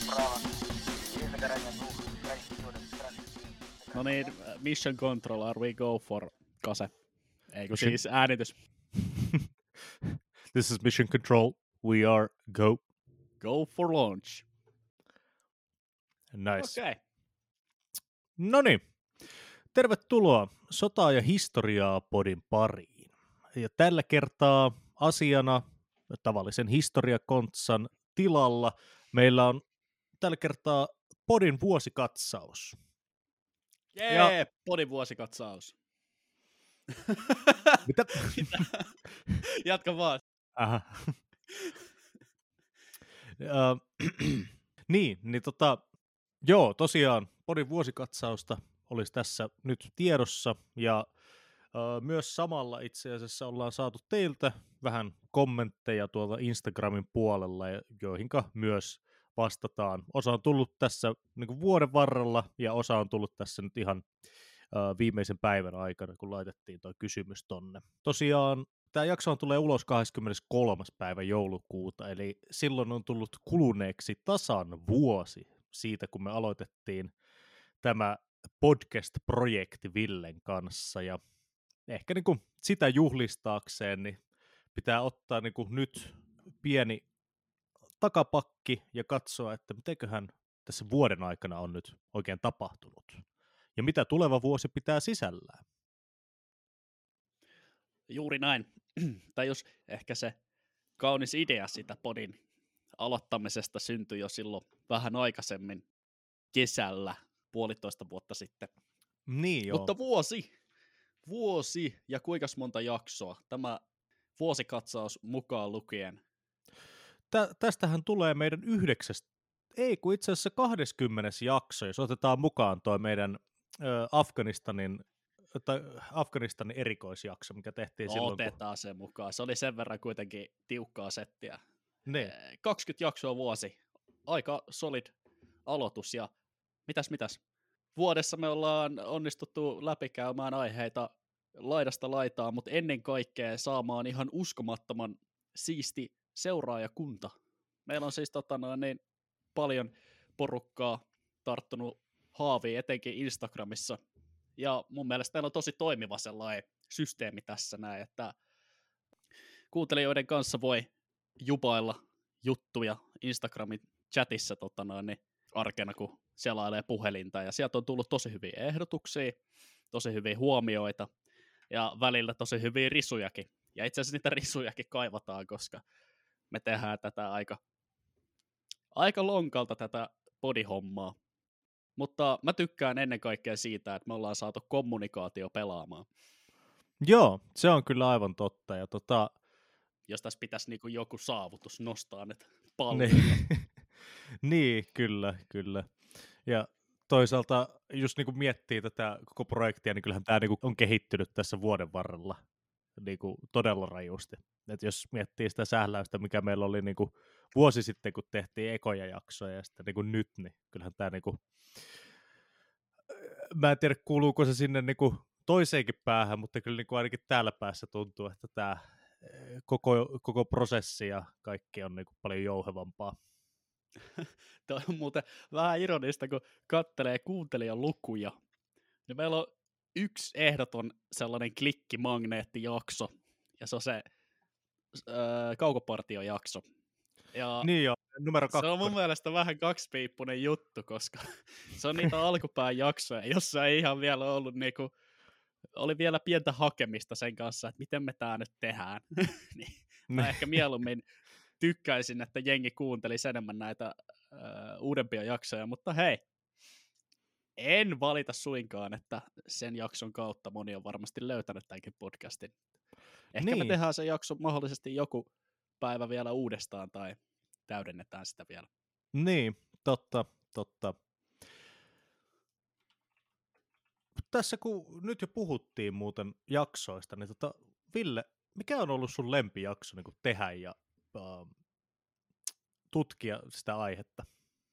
No niin, mission control, are we go for kase? Eikö Mission- siis äänitys? This is mission control. We are go. Go for launch. Nice. Okei. No niin. Tervetuloa Sotaa ja historiaa podin pariin. Ja tällä kertaa asiana tavallisen historiakontsan tilalla meillä on tällä kertaa podin vuosikatsaus. Jee, podin vuosikatsaus. Mitä? Jatka vaan. Aha. Joo, tosiaan podin vuosikatsausta olisi tässä nyt tiedossa, ja myös samalla itse asiassa ollaan saatu teiltä vähän kommentteja tuolta Instagramin puolella, joihinka myös vastataan. Osa on tullut tässä niin kuin vuoden varrella, ja osa on tullut tässä nyt ihan viimeisen päivän aikana, kun laitettiin tuo kysymys tonne. Tosiaan tämä jakso tulee ulos 23. päivä joulukuuta, eli silloin on tullut kuluneeksi tasan vuosi siitä, kun me aloitettiin tämä podcast-projekti Villen kanssa, ja ehkä niin kuin sitä juhlistaakseen niin pitää ottaa niin kuin nyt pieni takapakki ja katsoa, että mitenköhän tässä vuoden aikana on nyt oikein tapahtunut, ja mitä tuleva vuosi pitää sisällään. Juuri näin. Tai jos ehkä se kaunis idea sitä podin aloittamisesta syntyi jo silloin vähän aikaisemmin kesällä, 1,5 vuotta sitten. Niin joo. Mutta vuosi ja kuinka monta jaksoa, tämä vuosikatsaus mukaan lukien. Tästähän tulee meidän itse asiassa 20. jakso, jos otetaan mukaan toi meidän Afganistanin erikoisjakso, mikä tehtiin silloin. Otetaan se mukaan. Se oli sen verran kuitenkin tiukkaa settiä. Ne. 20 jaksoa vuosi. Aika solid aloitus. Ja mitäs? Vuodessa me ollaan onnistuttu läpikäymään aiheita laidasta laitaan, mutta ennen kaikkea saamaan ihan uskomattoman siisti seuraajakunta. Meillä on siis niin paljon porukkaa tarttunut haaviin, etenkin Instagramissa. Ja mun mielestä meillä on tosi toimiva sellainen systeemi tässä näin, että kuuntelijoiden kanssa voi jupailla juttuja Instagramin chatissa niin arkena, kun selailee puhelinta. Ja sieltä on tullut tosi hyviä ehdotuksia, tosi hyviä huomioita ja välillä tosi hyviä risujakin. Ja itse asiassa niitä risujakin kaivataan, koska me tehdään tätä aika lonkalta tätä podihommaa. Mutta mä tykkään ennen kaikkea siitä, että me ollaan saatu kommunikaatio pelaamaan. Joo, se on kyllä aivan totta. Ja jos tässä pitäisi niin kuin joku saavutus nostaa nyt palloja. Niin, kyllä. Ja toisaalta, jos niin kuin miettii tätä koko projektia, niin kyllähän tämä niin kuin on kehittynyt tässä vuoden varrella niin kuin todella rajusti. Et jos miettii sitä sähläystä, mikä meillä oli niin kuin vuosi sitten, kun tehtiin ekoja jaksoja, ja sitten niin kuin nyt, niin kyllähän tämä niin kuin, mä en tiedä, kuuluuko se sinne niin kuin toiseenkin päähän, mutta kyllä niin kuin ainakin täällä päässä tuntuu, että tämä koko prosessi ja kaikki on niin kuin paljon jouhevampaa. Tämä on muuten vähän ironista, kun kattelee kuuntelijan lukuja. Niin meillä on yksi ehdoton sellainen klikkimagneettijakso, ja se on se kaukopartiojakso. Ja niin jo, numero 2. Se on mun mielestä vähän kaksipiippunen juttu, koska se on niitä alkupään jaksoja, jossa ei ihan vielä ollut niinku, oli vielä pientä hakemista sen kanssa, että miten me tää nyt tehdään. Niin mä ehkä mieluummin tykkäisin, että jengi kuuntelisi enemmän näitä uudempia jaksoja, mutta hei, en valita suinkaan, että sen jakson kautta moni on varmasti löytänyt tämänkin podcastin. Ehkä me tehdään se jakso mahdollisesti joku päivä vielä uudestaan tai täydennetään sitä vielä. Niin, totta. Tässä kun nyt jo puhuttiin muuten jaksoista, niin Ville, mikä on ollut sun lempijakso niin tehdä ja tutkia sitä aihetta?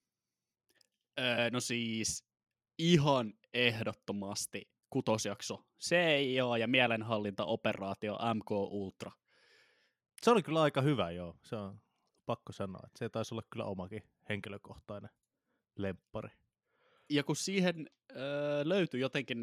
No siis ihan ehdottomasti 6. jakso. CIA ja mielenhallintaoperaatio MK Ultra. Se oli kyllä aika hyvä, joo. Se on pakko sanoa, että se taisi olla kyllä omakin henkilökohtainen lemppari. Ja kun siihen löytyi jotenkin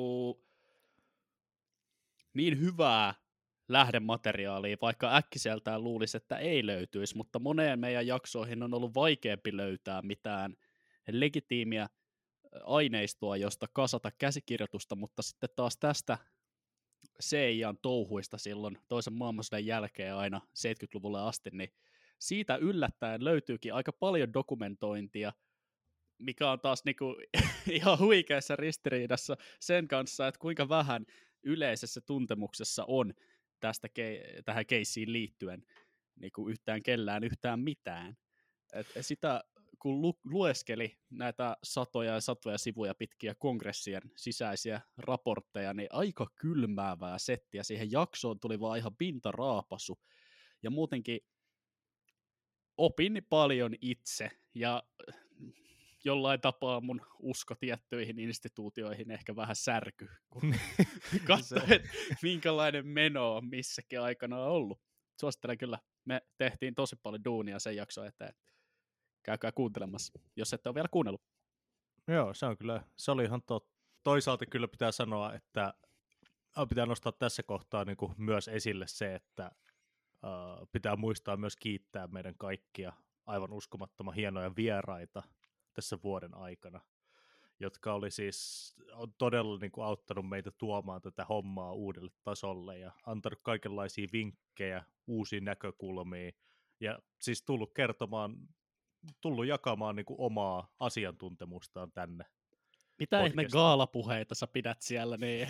niin hyvää lähdemateriaalia, vaikka äkkiseltään luulisi, että ei löytyisi, mutta moneen meidän jaksoihin on ollut vaikeampi löytää mitään legitiimiä aineistoa, josta kasata käsikirjoitusta, mutta sitten taas tästä CIAn touhuista silloin toisen maailmansodan jälkeen aina 70-luvulle asti, niin siitä yllättäen löytyykin aika paljon dokumentointia, mikä on taas niinku ihan huikeassa ristiriidassa sen kanssa, että kuinka vähän yleisessä tuntemuksessa on tähän keissiin liittyen niinku yhtään kellään yhtään mitään. Et sitä kun lueskeli näitä satoja ja satoja sivuja pitkiä kongressien sisäisiä raportteja, niin aika kylmäävää settiä. Siihen jaksoon tuli vaan ihan pintaraapasu. Ja muutenkin opin paljon itse, ja jollain tapaa mun usko tiettyihin instituutioihin ehkä vähän särky, kun katsoin, minkälainen meno on missäkin aikana ollut. Suosittelen kyllä. Me tehtiin tosi paljon duunia sen jakson eteen. Käykää kuuntelemassa, jos ette ole vielä kuunnellut. Joo, se oli ihan totta. Toisaalta kyllä pitää sanoa, että pitää nostaa tässä kohtaa niin kuin myös esille se, että pitää muistaa myös kiittää meidän kaikkia aivan uskomattoman hienoja vieraita tässä vuoden aikana, jotka oli siis on todella niin kuin auttanut meitä tuomaan tätä hommaa uudelle tasolle ja antanut kaikenlaisia vinkkejä, uusia näkökulmia ja siis tullut jakamaan niin kuin omaa asiantuntemustaan tänne. Mitä ihme gaalapuheita sä pidät siellä, niin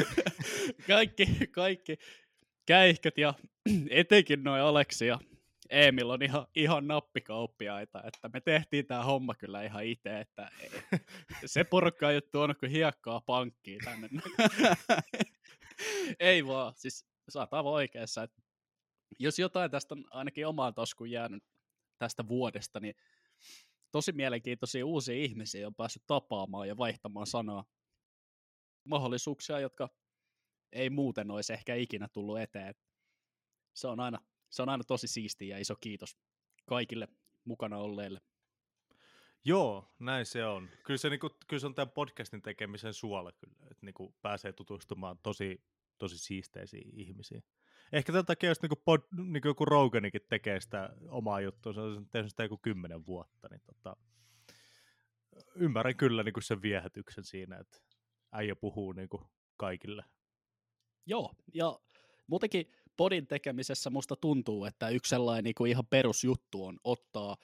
kaikki käihköt ja etenkin noi Aleksi ja Emil on ihan nappikauppiaita, että me tehtiin tää homma kyllä ihan itse, että se porukka ei ole tuonut kuin hiekkaa pankkiin tänne. Ei vaan, siis sä oot aivan oikeassa, että jos jotain tästä on ainakin omaan taskuun jäänyt tästä vuodesta, niin tosi mielenkiintoisia uusia ihmisiä on päässyt tapaamaan ja vaihtamaan sanaa. Mahdollisuuksia, jotka ei muuten olisi ehkä ikinä tullut eteen. Se on aina tosi siistiä ja iso kiitos kaikille mukana olleille. Joo, näin se on. Kyllä se on tämän podcastin tekemisen suola kyllä, että niinku pääsee tutustumaan tosi siisteisiin ihmisiin. Ehkä tämän takia, jos niinku joku Roganikin tekee sitä omaa juttua, se on tehnyt sitä joku 10 vuotta, niin ymmärrän kyllä niinku sen viehätyksen siinä, että äijä puhuu niinku kaikille. Joo, ja muutenkin podin tekemisessä musta tuntuu, että yksi sellainen niinku ihan perusjuttu on ottaa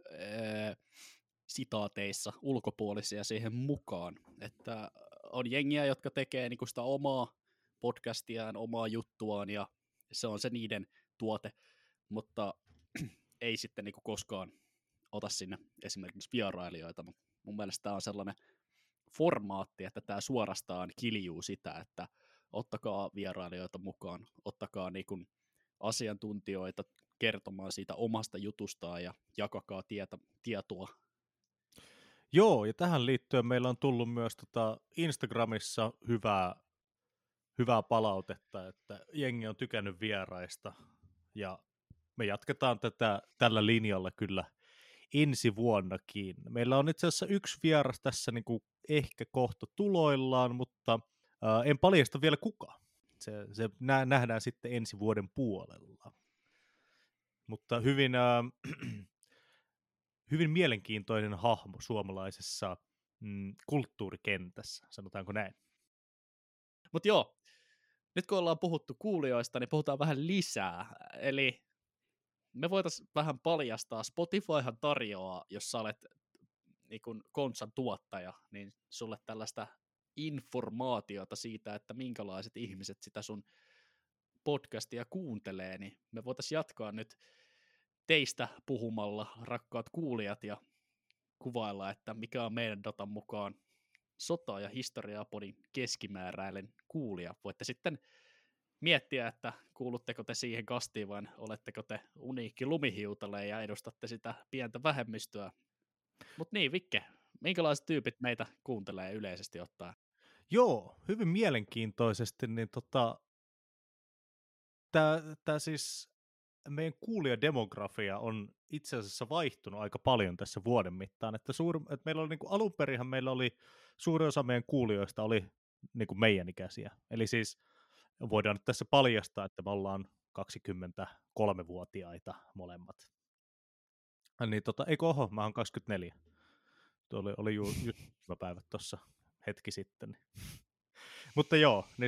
sitaateissa ulkopuolisia siihen mukaan, että on jengiä, jotka tekee niinku sitä omaa podcastiaan, omaa juttuaan, ja se on se niiden tuote, mutta ei sitten niinku koskaan ota sinne esimerkiksi vierailijoita. Mun mielestä tämä on sellainen formaatti, että tämä suorastaan kiljuu sitä, että ottakaa vierailijoita mukaan, ottakaa niinku asiantuntijoita kertomaan siitä omasta jutustaan ja jakakaa tietoa. Joo, ja tähän liittyen meillä on tullut myös Instagramissa hyvää palautetta, että jengi on tykännyt vieraista, ja me jatketaan tällä linjalla kyllä ensi vuonnakin. Meillä on itse asiassa yksi vieras tässä niin kuin ehkä kohta tuloillaan, mutta en paljasta vielä kuka. Se nähdään sitten ensi vuoden puolella. Mutta hyvin mielenkiintoinen hahmo suomalaisessa kulttuurikentässä, sanotaanko näin. Mutta joo, nyt kun ollaan puhuttu kuulijoista, niin puhutaan vähän lisää. Eli me voitaisiin vähän paljastaa, Spotifyhan tarjoaa, jos sä olet niin kun konsan tuottaja, niin sulle tällaista informaatiota siitä, että minkälaiset ihmiset sitä sun podcastia kuuntelee, niin me voitaisiin jatkaa nyt teistä puhumalla, rakkaat kuulijat, ja kuvailla, että mikä on meidän datan mukaan sota- ja historiapodin keskimääräinen kuulija. Voitte sitten miettiä, että kuulutteko te siihen kastiin vai oletteko te uniikki lumihiutale ja edustatte sitä pientä vähemmistöä. Mutta niin, Vikke, minkälaiset tyypit meitä kuuntelee yleisesti ottaen? Joo, hyvin mielenkiintoisesti, niin tää siis meidän kuulijademografia on itse asiassa vaihtunut aika paljon tässä vuoden mittaan. Että meillä oli niinku, alunperinhan meillä oli suuri osa meidän kuulijoista oli niinku meidän ikäisiä. Eli siis voidaan nyt tässä paljastaa, että me ollaan 23-vuotiaita molemmat. Niin eikö oho, mä oon 24. Tuo oli just päivät tuossa hetki sitten. Mutta joo, niin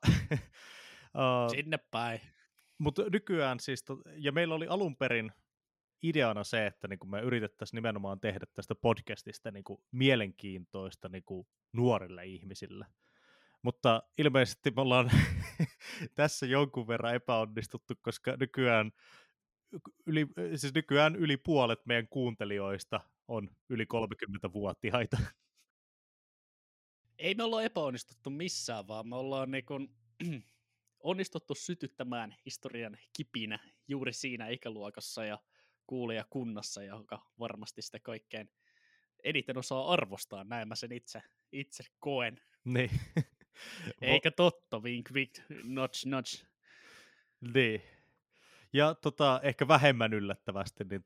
Sinne päin. mutta nykyään siis, ja meillä oli alun perin ideana se, että niin me yritettäisiin nimenomaan tehdä tästä podcastista niin mielenkiintoista niin nuorille ihmisille. Mutta ilmeisesti me ollaan tässä jonkun verran epäonnistuttu, koska nykyään yli puolet meidän kuuntelijoista on yli 30-vuotiaita. Ei me olla epäonnistuttu missään, vaan me ollaan niin kun, onnistuttu sytyttämään historian kipinä juuri siinä ikäluokassa ja kuulijakunnassa, joka varmasti sitä kaikkein eniten osaa arvostaa, näin mä sen itse koen. Niin. Eikä totta, wink wink, notch notch. Niin. Ja ehkä vähemmän yllättävästi, niin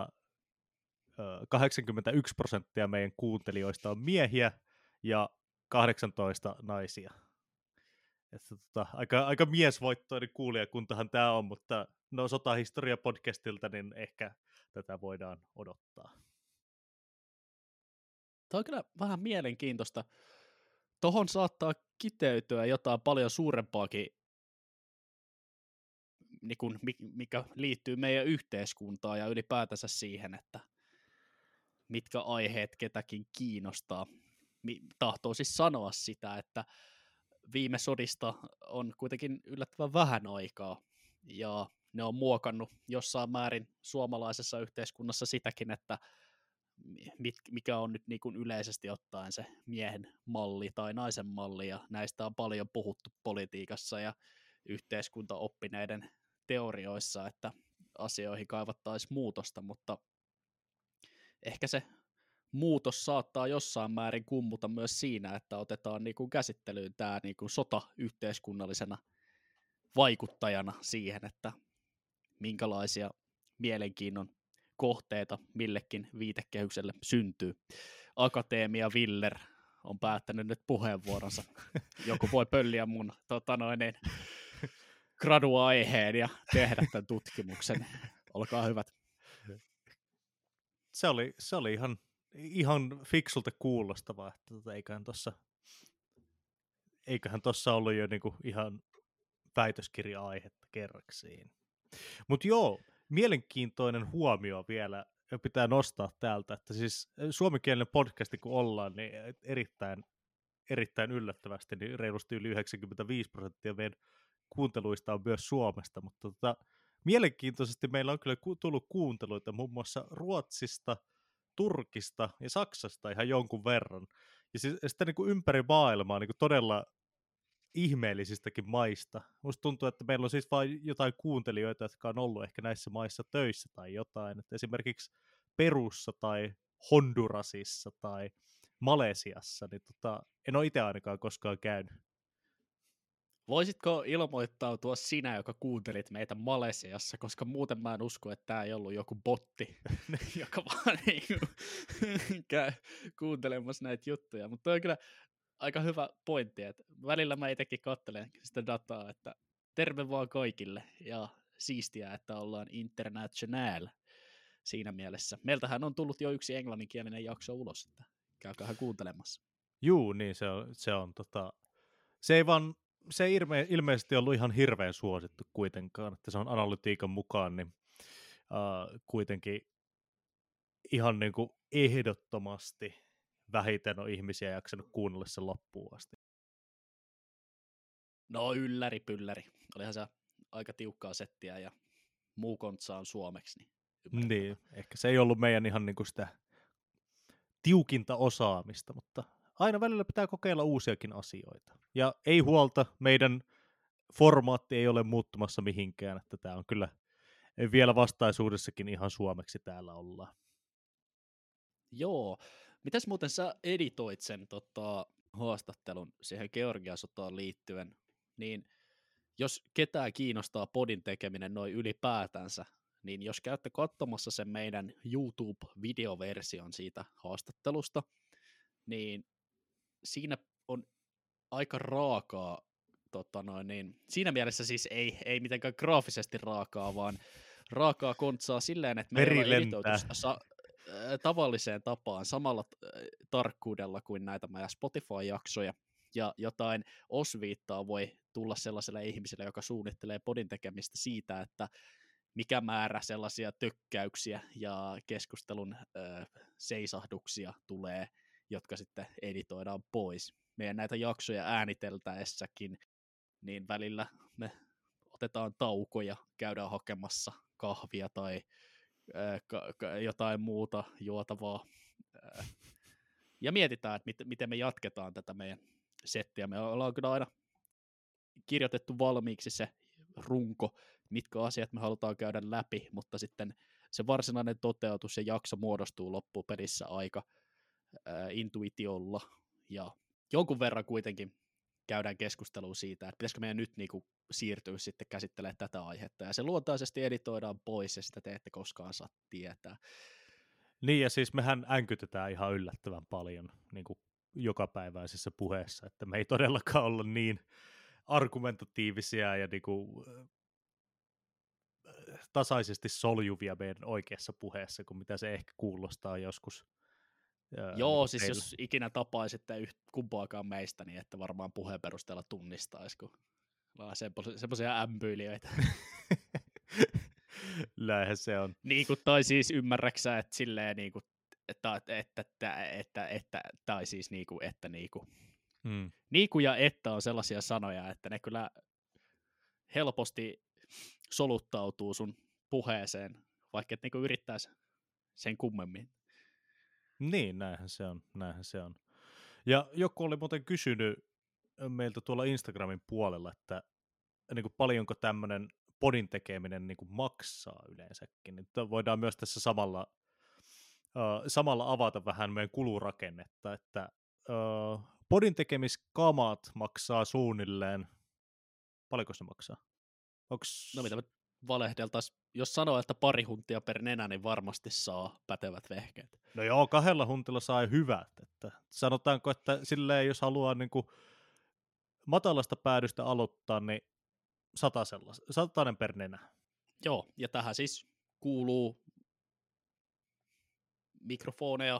81% meidän kuuntelijoista on miehiä ja 18 naisia. Että aika miesvoittoinen kuulijakuntahan tämä on, mutta no Sotahistoria-podcastilta, niin ehkä tätä voidaan odottaa. Tämä on kyllä vähän mielenkiintoista. Tohon saattaa kiteytyä jotain paljon suurempaakin, niin kuin, mikä liittyy meidän yhteiskuntaan ja ylipäätänsä siihen, että mitkä aiheet ketäkin kiinnostaa. Tahtoo siis sanoa sitä, että viime sodista on kuitenkin yllättävän vähän aikaa, ja ne on muokannut jossain määrin suomalaisessa yhteiskunnassa sitäkin, että mikä on nyt niin kuin yleisesti ottaen se miehen malli tai naisen malli, ja näistä on paljon puhuttu politiikassa ja yhteiskuntaoppineiden teorioissa, että asioihin kaivattaisiin muutosta, mutta ehkä se muutos saattaa jossain määrin kummuta myös siinä, että otetaan niin kuin käsittelyyn tämä niin kuin sota yhteiskunnallisena vaikuttajana siihen, että minkälaisia mielenkiinnon kohteita millekin viitekehykselle syntyy. Akateemia Willer on päättänyt nyt puheenvuoronsa. Joku voi pölliä mun gradua-aiheen ja tehdä tämän tutkimuksen. Olkaa hyvät. Se oli ihan fiksulta kuulostavaa, että eiköhän tossa ollut jo niinku ihan väitöskirja-aihetta kerraksiin. Mutta joo, mielenkiintoinen huomio vielä pitää nostaa täältä, että siis suomenkielinen podcasti kun ollaan, niin erittäin yllättävästi, niin reilusti yli 95% meidän kuunteluista on myös Suomesta, mutta mielenkiintoisesti meillä on kyllä tullut kuunteluita muun muassa Ruotsista, Turkista ja Saksasta ihan jonkun verran. Ja sitten niin kuin ympäri maailmaa niin kuin todella ihmeellisistäkin maista. Musta tuntuu, että meillä on siis vain jotain kuuntelijoita, jotka on ollut ehkä näissä maissa töissä tai jotain. Että esimerkiksi Perussa tai Hondurasissa tai Malesiassa, niin en ole itse ainakaan koskaan käynyt. Voisitko ilmoittautua sinä, joka kuuntelit meitä Malesiassa, koska muuten mä en usko, että tämä ei ollut joku botti, joka vaan käy kuuntelemassa näitä juttuja. Mutta on kyllä aika hyvä pointti, että välillä mä itsekin katselen sitä dataa, että terve vaan kaikille ja siistiä, että ollaan international siinä mielessä. Meiltähän on tullut jo yksi englanninkielinen jakso ulos, että käykäähän kuuntelemassa. Juu, niin se ei ilmeisesti ollut ihan hirveän suosittu kuitenkaan, että se on analytiikan mukaan, niin kuitenkin ihan niin kuin ehdottomasti vähiten on ihmisiä jaksanut kuunnella sen loppuun asti. No ylläri pylläri. Olihan se aika tiukkaa settiä ja muu kontsa on suomeksi. Niin, ehkä se ei ollut meidän ihan niin kuin sitä tiukinta osaamista, mutta aina välillä pitää kokeilla uusiakin asioita. Ja ei huolta, meidän formaatti ei ole muuttumassa mihinkään, että tämä on kyllä vielä vastaisuudessakin ihan suomeksi täällä ollaan. Joo. Mitäs muuten sä editoit sen haastattelun siihen Georgian sotaan liittyen, niin jos ketään kiinnostaa podin tekeminen noin ylipäätänsä, niin jos käytte katsomassa sen meidän YouTube-videoversion siitä haastattelusta, niin siinä on aika raakaa, siinä mielessä siis ei mitenkään graafisesti raakaa, vaan raakaa kontsaa silleen, että me ei Veri ole editoitu lentää. tavalliseen tapaan samalla tarkkuudella kuin näitä meidän Spotify-jaksoja, ja jotain osviittaa voi tulla sellaiselle ihmiselle, joka suunnittelee podin tekemistä siitä, että mikä määrä sellaisia tökkäyksiä ja keskustelun seisahduksia tulee, jotka sitten editoidaan pois. Meidän näitä jaksoja ääniteltäessäkin, niin välillä me otetaan taukoja, käydään hakemassa kahvia tai jotain muuta juotavaa, ja mietitään, että miten me jatketaan tätä meidän settiä. Me ollaan kyllä aina kirjoitettu valmiiksi se runko, mitkä asiat me halutaan käydä läpi, mutta sitten se varsinainen toteutus ja jakso muodostuu loppupelissä aika intuitiolla, ja jonkun verran kuitenkin käydään keskustelua siitä, että pitäisikö meidän nyt niinku siirtyä sitten käsittelemään tätä aihetta, ja se luontaisesti editoidaan pois, ja sitä te ette koskaan saa tietää. Niin, ja siis mehän änkytetään ihan yllättävän paljon niin kuin jokapäiväisessä puheessa, että me ei todellakaan olla niin argumentatiivisia ja niin kuin, tasaisesti soljuvia meidän oikeassa puheessa, kuin mitä se ehkä kuulostaa joskus. Joo, niin siis teille. jos ikinä tapaisitte kumpaakaan meistä, niin että varmaan puheen perusteella tunnistaisi, kun ollaan semmoisia ämpyilijöitä. Näinhän se on. Niin kuin, tai siis ymmärräksä, että silleen niin kuin, tai siis niin kuin, että niin kuin. Niinku ja että on sellaisia sanoja, että ne kyllä helposti soluttautuu sun puheeseen, vaikka et niinku yrittäisi sen kummemmin. Niin, näinhän se on. Ja joku oli muuten kysynyt meiltä tuolla Instagramin puolella, että niin kuin paljonko tämmöinen podin tekeminen niin kuin maksaa yleensäkin. Niin voidaan myös tässä samalla avata vähän meidän kulurakennetta, että podin tekemiskamat maksaa suunnilleen, paljonko se maksaa? No mitä me valehdeltaisiin, jos sanoo, että 2 huntia per nenä, niin varmasti saa pätevät vehkeet. No joo, 2 huntilla saa hyvät, että sanotaanko, että silleen jos haluaa niin kuin matalasta päädystä aloittaa, niin 100 per nenä. Joo, ja tähän siis kuuluu mikrofoneja,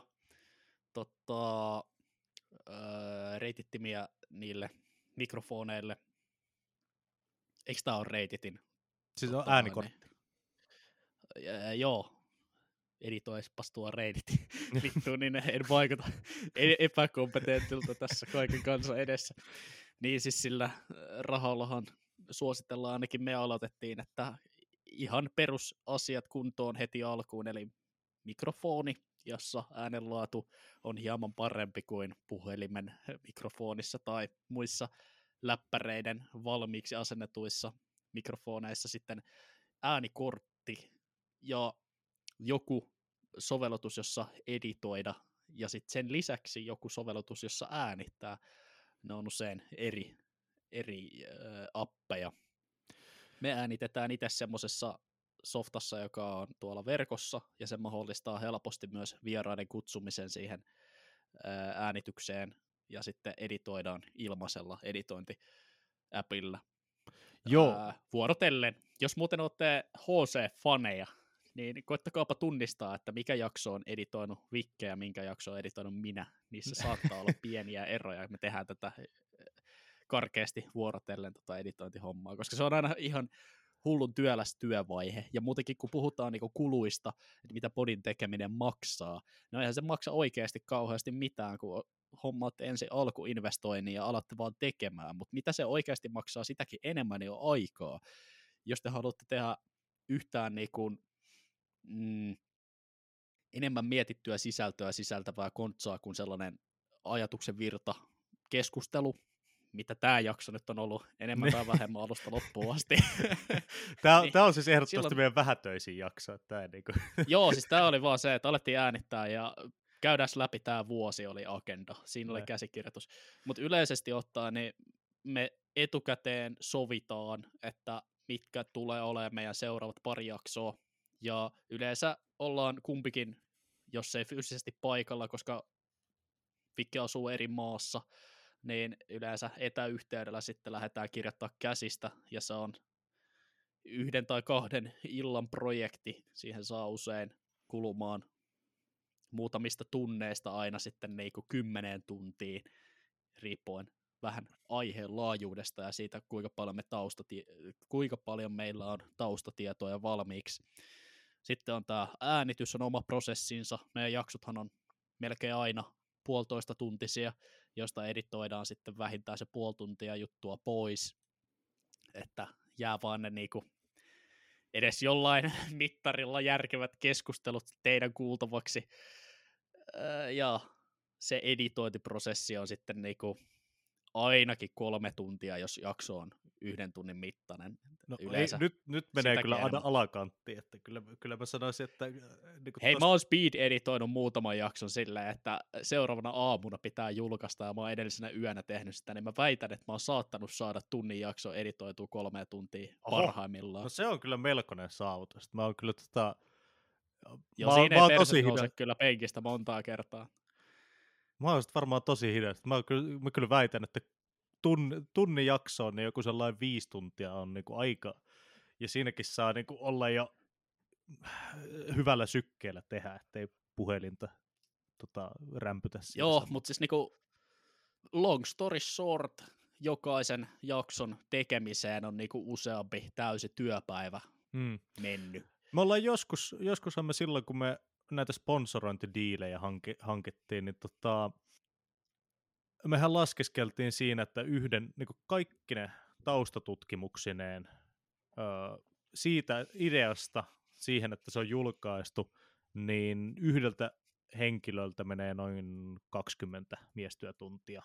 reitittimiä niille mikrofoneille. Eikö tämä ole reititin? Siis on äänikortti. Joo, editoispas tuo reititin. Vittu, niin en vaikuta epäkompetentilta tässä kaiken kansan edessä. Niin siis sillä rahallahan suositellaan, ainakin me aloitettiin, että ihan perusasiat kuntoon heti alkuun, eli mikrofoni, jossa äänenlaatu on hieman parempi kuin puhelimen mikrofonissa tai muissa läppäreiden valmiiksi asennetuissa mikrofoneissa, sitten äänikortti ja joku sovellutus, jossa editoida, ja sitten sen lisäksi joku sovellutus, jossa äänittää. Ne on usein eri appeja. Me äänitetään itse semmoisessa softassa, joka on tuolla verkossa, ja se mahdollistaa helposti myös vieraiden kutsumisen siihen äänitykseen, ja sitten editoidaan ilmaisella editointiäpillä. Joo. Vuorotellen. Jos muuten olette HC-faneja, niin koittakaapa tunnistaa, että mikä jakso on editoinut Vikke ja minkä jakso on editoinut minä. Niissä saattaa olla pieniä eroja. Me tehdään tätä karkeasti vuorotellen editointihommaa, koska se on aina ihan hullun työläs työvaihe. Ja muutenkin kun puhutaan niinku kuluista, että mitä podin tekeminen maksaa, no eihän se maksa oikeasti kauheasti mitään, kun hommat ensin alkuinvestoinnin ja alatte vaan tekemään, mutta mitä se oikeasti maksaa, sitäkin enemmän jo aikaa. Jos te haluatte tehdä yhtään niinku, enemmän mietittyä sisältöä sisältävää kontsaa kuin sellainen ajatuksen virta keskustelu, mitä tämä jakso nyt on ollut enemmän tai vähemmän alusta loppuun asti. Tämä on siis ehdottomasti meidän vähätöisin jakso. Niinku. Joo, siis tämä oli vaan se, että alettiin äänittää ja käydään läpi tämä vuosi oli agenda. Siinä oli käsikirjoitus. Mutta yleisesti ottaen niin me etukäteen sovitaan, että mitkä tulee olemaan meidän seuraavat pari jaksoa. Ja yleensä ollaan kumpikin, jos ei fyysisesti paikalla, koska Vikke asuu eri maassa, niin yleensä etäyhteydellä sitten lähdetään kirjoittaa käsistä, ja se on 1 tai 2 illan projekti. Siihen saa usein kulumaan muutamista tunneista aina sitten niin kuin 10 tuntia, riippuen vähän aiheen laajuudesta ja siitä, kuinka paljon meillä on taustatietoja valmiiksi. Sitten on tämä äänitys, on oma prosessinsa. Meidän jaksothan on melkein aina 1,5 tuntisia, josta editoidaan sitten vähintään se 0,5 tuntia juttua pois, että jää vaan ne niinku edes jollain mittarilla järkevät keskustelut teidän kuultavaksi. Ja se editointiprosessi on sitten niinku ainakin 3 tuntia, jos jakso on 1 tunnin mittainen. No ei, nyt menee kyllä alakanttiin, että kyllä mä sanoisin, että... Niin hei, mä oon speed-editoinut muutaman jakson silleen, että seuraavana aamuna pitää julkaista, ja mä oon edellisenä yönä tehnyt sitä, niin mä väitän, että mä oon saattanut saada tunnin jakso editoitua 3 tuntia parhaimmillaan. No se on kyllä melkoinen saavutus. Mä oon kyllä joo, siinä ei perse nouse kyllä penkistä montaa kertaa. Mä oon varmaan tosi hidasta. Mä kyllä väitän, että tunnin jaksoon niin joku sellainen 5 tuntia on niinku aika, ja siinäkin saa niinku olla jo hyvällä sykkeellä tehdä, ettei puhelinta rämpytä siinä. Joo, mutta siis niinku long story short, jokaisen jakson tekemiseen on niinku useampi täysi työpäivä mennyt. Me ollaan joskushan me silloin, kun me näitä sponsorointidiilejä hankittiin, niin mehän laskeskeltiin siinä, että niin kaikki ne taustatutkimuksineen siitä ideasta siihen, että se on julkaistu, niin yhdeltä henkilöltä menee noin 20 miestyötuntia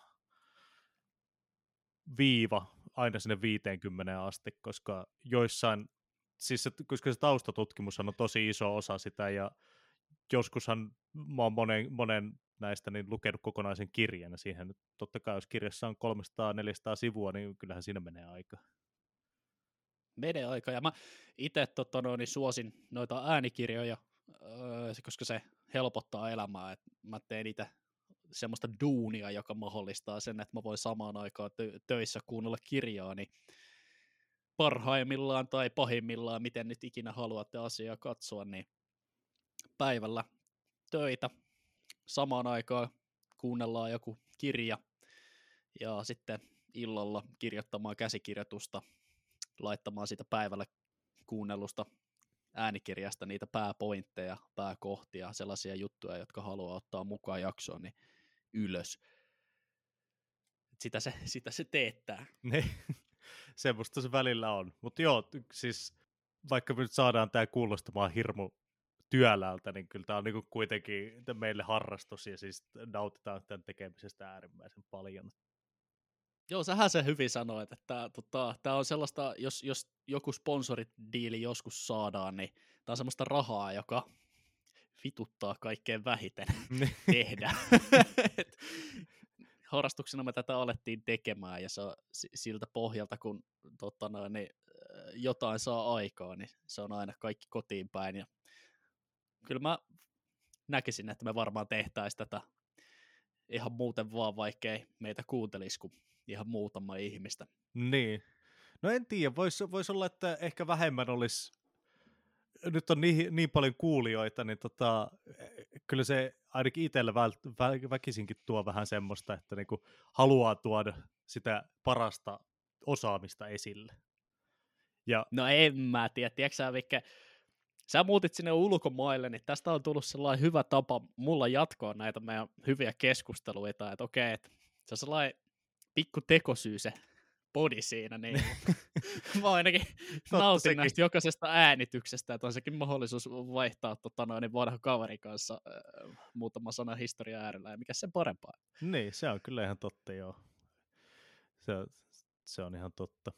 aina sinne 50 asti, koska koska se taustatutkimus on tosi iso osa sitä, ja joskushan mä oon monen näistä niin lukenut kokonaisen kirjan, ja siihen nyt totta kai, jos kirjassa on 300-400 sivua, niin kyllähän siinä menee aika. Menee aika, ja mä itse suosin noita äänikirjoja, koska se helpottaa elämää, että mä teen itse semmoista duunia, joka mahdollistaa sen, että mä voin samaan aikaan töissä kuunnella kirjaa, niin parhaimmillaan tai pahimmillaan, miten nyt ikinä haluatte asiaa katsoa, niin päivällä töitä, samaan aikaan kuunnellaan joku kirja, ja sitten illalla kirjoittamaan käsikirjoitusta, laittamaan siitä päivällä kuunnellusta äänikirjasta niitä pääpointteja, pääkohtia, sellaisia juttuja, jotka haluaa ottaa mukaan jaksoon, niin ylös. Sitä se teettää. Semmoista se välillä on. Mutta joo, siis vaikka me nyt saadaan tämä kuulostamaan hirmu työläältä, niin kyllä tämä on niinku kuitenkin meille harrastus, ja siis nautitaan tämän tekemisestä äärimmäisen paljon. Joo, sähän se hyvin sanoit, että tämä on sellaista, jos joku sponsoridiili joskus saadaan, niin tämä on semmoista rahaa, joka vituttaa kaikkein vähiten tehdä. Harrastuksena me tätä alettiin tekemään, ja se on siltä pohjalta, kun niin jotain saa aikaa, niin se on aina kaikki kotiin päin. Ja kyllä mä näkisin, että me varmaan tehtäisiin tätä ihan muuten vaan, vaikkei meitä kuuntelisi kuin ihan muutama ihmistä. Niin. No en tiedä, voisi olla, että ehkä vähemmän olisi, nyt on niin paljon kuulijoita, niin kyllä se ainakin itselle väkisinkin tuo vähän semmoista, että niinku haluaa tuoda sitä parasta osaamista esille. Ja... No en mä tiedä, tiedätkö sä, Vikke, sä muutit sinne ulkomaille, niin tästä on tullut sellainen hyvä tapa mulla jatkoa näitä meidän hyviä keskusteluita, että okei, että se on sellainen pikku tekosyy se podi siinä, niin mä ainakin nautin näistä jokaisesta äänityksestä, että on sekin mahdollisuus vaihtaa niin vanhan kaverin kanssa muutama sana historian äärellä, ja mikä sen parempaa. Niin, se on kyllä ihan totta, joo. Se on ihan totta.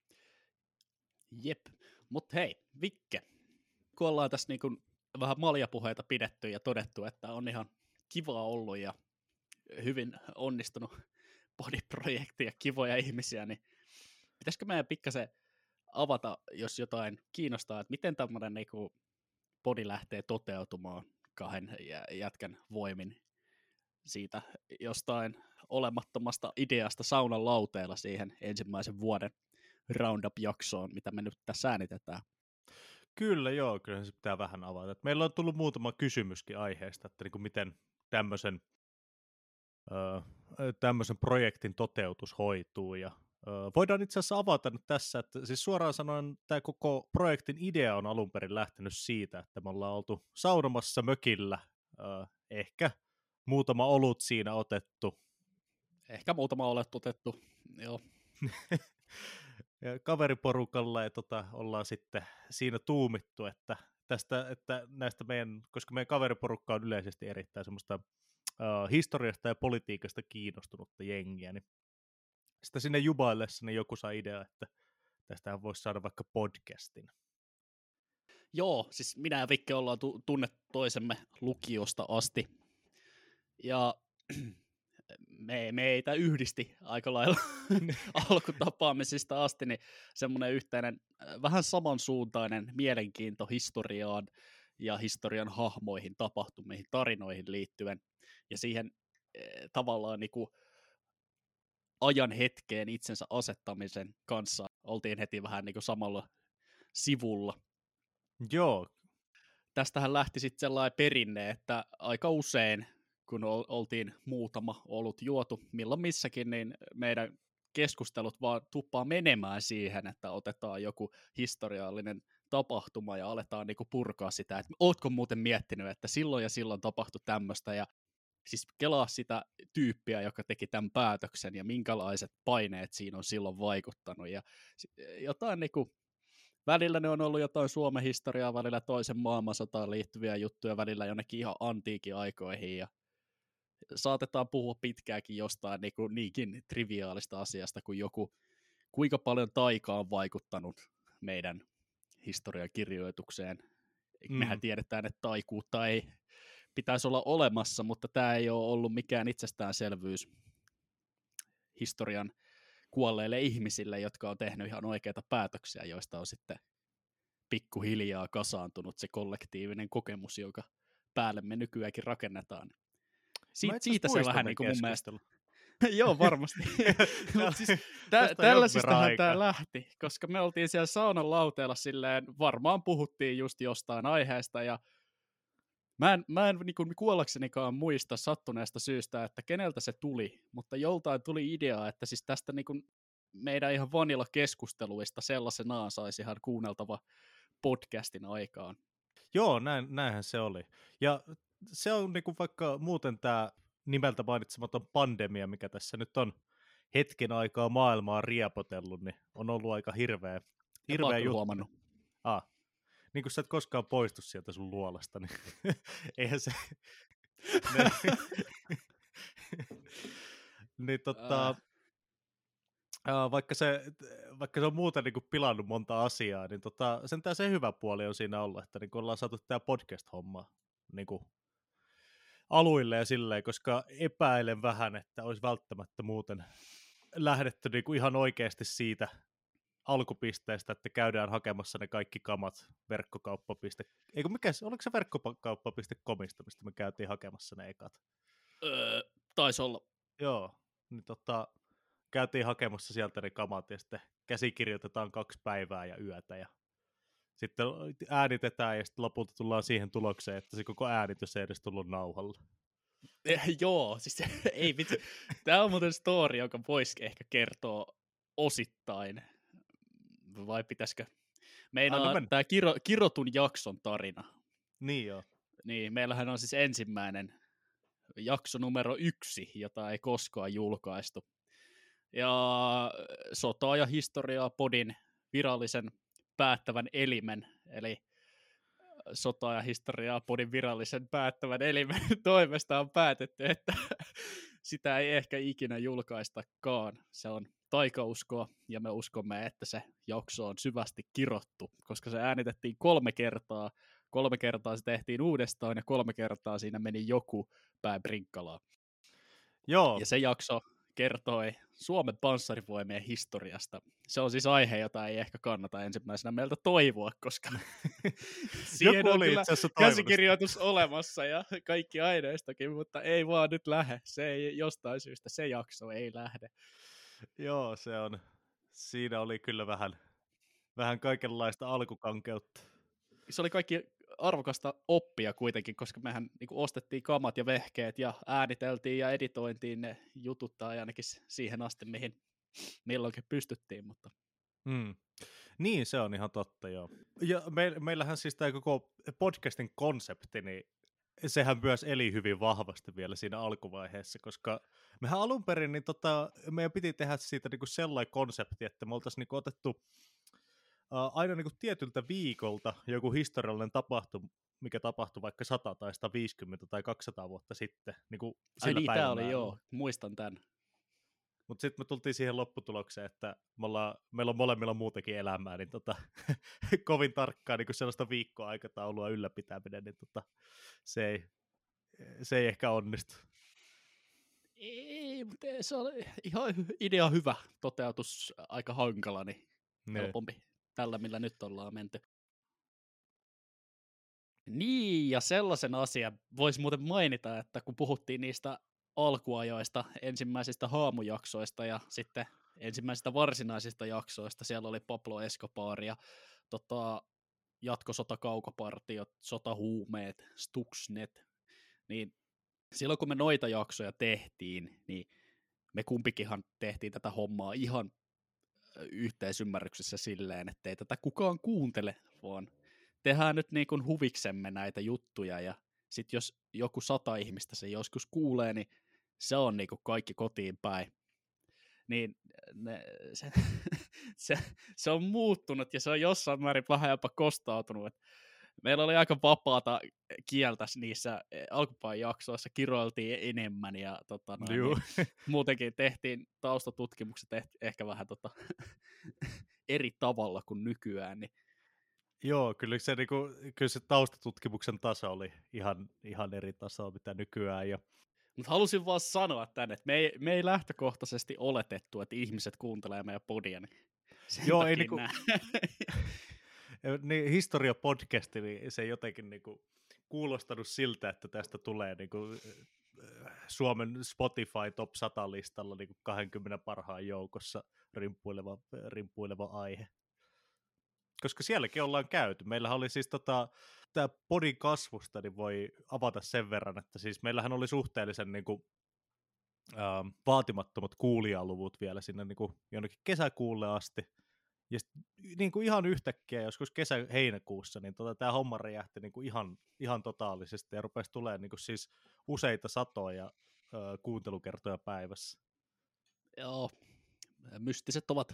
Jep, mutta hei, Vikke, kun ollaan tässä niin kuin vähän maljapuheita pidetty ja todettu, että on ihan kiva ollut ja hyvin onnistunut podiprojekti ja kivoja ihmisiä, niin pitäisikö meidän pikkasen avata, jos jotain kiinnostaa, että miten tämmöinen niinku podi lähtee toteutumaan kahden jätkän voimin siitä jostain olemattomasta ideasta saunan lauteella siihen ensimmäisen vuoden Roundup-jaksoon, mitä me nyt tässä äänitetään. Kyllä joo, kyllä se pitää vähän avata. Et meillä on tullut muutama kysymyskin aiheesta, että niinku miten tämmöisen projektin toteutus hoituu. Ja, voidaan itse asiassa avata nyt tässä, että siis suoraan sanoen tämä koko projektin idea on alun perin lähtenyt siitä, että me ollaan oltu saunomassa mökillä, ehkä muutama olut siinä otettu. Ehkä muutama olet otettu, joo. Ja kaveriporukalla ja ollaan sitten siinä tuumittu, että näistä koska meidän kaveriporukka on yleisesti erittäin semmoista historiasta ja politiikasta kiinnostunutta jengiä, niin sitä sinne jubaillessa niin joku saa idea, että tästähän voisi saada vaikka podcastin. Joo, siis minä ja Vikke ollaan tunnettu toisemme lukiosta asti, ja meitä yhdisti aika lailla alkutapaamisista asti, niin semmoinen yhteinen, vähän samansuuntainen mielenkiinto historiaan ja historian hahmoihin, tapahtumiin, tarinoihin liittyen, ja siihen tavallaan niin kuin ajan hetkeen itsensä asettamisen kanssa oltiin heti vähän niin kuin samalla sivulla. Joo. Tästähän lähti sitten sellainen perinne, että aika usein, kun oltiin muutama olut juotu, milloin missäkin, niin meidän keskustelut vaan tuppaa menemään siihen, että otetaan joku historiallinen tapahtuma ja aletaan niinku purkaa sitä, että ootko muuten miettinyt, että silloin ja silloin tapahtui tämmöistä, ja siis kelaa sitä tyyppiä, joka teki tämän päätöksen, ja minkälaiset paineet siinä on silloin vaikuttanut, ja jotain niinku, välillä ne on ollut jotain Suomen historiaa, välillä toisen maailmansotaan liittyviä juttuja, välillä jonnekin ihan antiikin aikoihin, ja saatetaan puhua pitkääkin jostain niinkin triviaalista asiasta kuin joku, kuinka paljon taika on vaikuttanut meidän historiakirjoitukseen. Mehän tiedetään, että taikuutta ei pitäisi olla olemassa, mutta tämä ei ole ollut mikään itsestäänselvyys historian kuolleille ihmisille, jotka on tehnyt ihan oikeita päätöksiä, joista on sitten pikkuhiljaa kasaantunut se kollektiivinen kokemus, jonka päälle me nykyäänkin rakennetaan. Siitä se vähän niin kuin mun mielestä. Joo, varmasti. Siis tällaisistahan tämä lähti, koska me oltiin siellä saunan lauteella silleen, varmaan puhuttiin just jostain aiheesta, ja mä en niin kuin kuollaksenikaan muista sattuneesta syystä, että keneltä se tuli, mutta joltain tuli idea, että siis tästä niin kuin meidän ihan vanilla-keskusteluista sellaisenaan saisi ihan kuunneltava podcastin aikaan. Joo, näinhän se oli. Ja se on niin kuin vaikka muuten tämä nimeltä mainitsematon pandemia, mikä tässä nyt on hetken aikaa maailmaa riepotellut, niin on ollut aika hirveä juttu. Huomannut. Niin kuin sä et koskaan poistu sieltä sun luolasta, niin eihän se... niin vaikka se on muuten niin kuin pilannut monta asiaa, niin sentään se hyvä puoli on siinä ollut, että niin ollaan saatu tämä podcast-homma niin kuin aluille ja silleen, koska epäilen vähän, että olisi välttämättä muuten lähdetty niin kuin ihan oikeasti siitä alkupisteestä, että käydään hakemassa ne kaikki kamat oliko se verkkokauppa.comista, mistä me käytiin hakemassa ne ekat? Taisi olla. Joo, niin käytiin hakemassa sieltä ne kamat ja sitten käsikirjoitetaan 2 päivää ja yötä ja sitten äänitetään ja sitten lopulta tullaan siihen tulokseen, että se koko äänitys ei edes tullut nauhalle. Joo, siis ei vitsi. Tämä on muuten story, joka voisi ehkä kertoa osittain. Vai pitäisikö? Tämä kirotun jakson tarina. Niin joo. Niin, meillähän on siis ensimmäinen jakso numero 1, jota ei koskaan julkaistu. Ja sotaa ja historiaa podin virallisen päättävän elimen, eli sotaa ja historiaa podin virallisen päättävän elimen toimesta on päätetty, että sitä ei ehkä ikinä julkaistakaan. Se on taikauskoa, ja me uskomme, että se jakso on syvästi kirottu, koska se äänitettiin 3 kertaa. 3 kertaa se tehtiin uudestaan, ja 3 kertaa siinä meni joku päin brinkkalaa. Joo. Ja se jakso kertoi Suomen panssarivoimien historiasta. Se on siis aihe, jota ei ehkä kannata ensimmäisenä meiltä toivoa, koska siihen Joku on oli kyllä itse asiassa toivonut sitä. käsikirjoitus olemassa ja kaikki aineistokin, mutta ei vaan nyt lähde. Se ei jostain syystä, se jakso ei lähde. Joo, siinä oli kyllä vähän kaikenlaista alkukankeutta. Se oli kaikki arvokasta oppia kuitenkin, koska mehän niin kuin ostettiin kamat ja vehkeet ja ääniteltiin ja editointiin ne jutut tai ainakin siihen asti, mihin milloinkin pystyttiin. Mutta Niin, se on ihan totta, joo. Ja meillähän siis tämä koko podcastin konsepti, niin sehän myös eli hyvin vahvasti vielä siinä alkuvaiheessa, koska mehän alun perin, niin meidän piti tehdä siitä niinku sellainen konsepti, että me oltaisiin niinku otettu aina niinku tietyltä viikolta joku historiallinen tapahtuma, mikä tapahtui vaikka 100 tai 150 tai 200 vuotta sitten. Niinku sillä niin, tämä oli päivämäärällä. muistan tämän. Mutta sitten me tultiin siihen lopputulokseen, että meillä on molemmilla muutenkin elämää, niin kovin tarkkaan niin sellaista viikkoaikataulua ylläpitäminen, niin se ei ehkä onnistu. Ei, mutta se oli ihan idea hyvä, toteutus aika hankala, niin helpompi tällä, millä nyt ollaan menty. Niin, ja sellaisen asian voisi muuten mainita, että kun puhuttiin niistä alkuajoista, ensimmäisistä haamujaksoista ja sitten ensimmäisistä varsinaisista jaksoista, siellä oli Pablo Escobar ja jatkosota-kaukopartiot, sotahuumeet, Stuxnet, niin silloin kun me noita jaksoja tehtiin, niin me kumpikinhan tehtiin tätä hommaa ihan yhteisymmärryksessä silleen, ettei tätä kukaan kuuntele, vaan tehdään nyt niin kuin huviksemme näitä juttuja, ja sitten jos joku 100 ihmistä se joskus kuulee, niin se on niin kuin kaikki kotiin päin. Niin se on muuttunut, ja se on jossain määrin vähän jopa kostautunut. Meillä oli aika vapaata kieltä niissä alkupäin jaksoissa, kiroiltiin enemmän, ja niin, muutenkin tehtiin taustatutkimukset ehkä vähän eri tavalla kuin nykyään. Niin. Joo, kyllä se taustatutkimuksen taso oli ihan eri tasoa mitä nykyään. Mutta halusin vaan sanoa tänne, että me ei lähtökohtaisesti oletettu, että ihmiset kuuntelee meidän podia. Niin joo, ei niin historiapodcasti, niin se ei jotenkin niinku kuulostanut siltä, että tästä tulee niinku Suomen Spotify Top 100-listalla niinku 20 parhaan joukossa rimpuileva aihe. Koska sielläkin ollaan käyty. Meillähän oli siis tämä podin kasvusta, niin voi avata sen verran, että siis meillähän oli suhteellisen niinku, vaatimattomat kuulijaluvut vielä sinne niinku jonnekin kesäkuulle asti. Ja niin kuin ihan yhtäkkiä, joskus heinäkuussa, niin tämä homma räjähti niin kuin ihan totaalisesti ja rupesi tulemaan niin kuin siis useita satoja kuuntelukertoja päivässä. Joo, mystiset ovat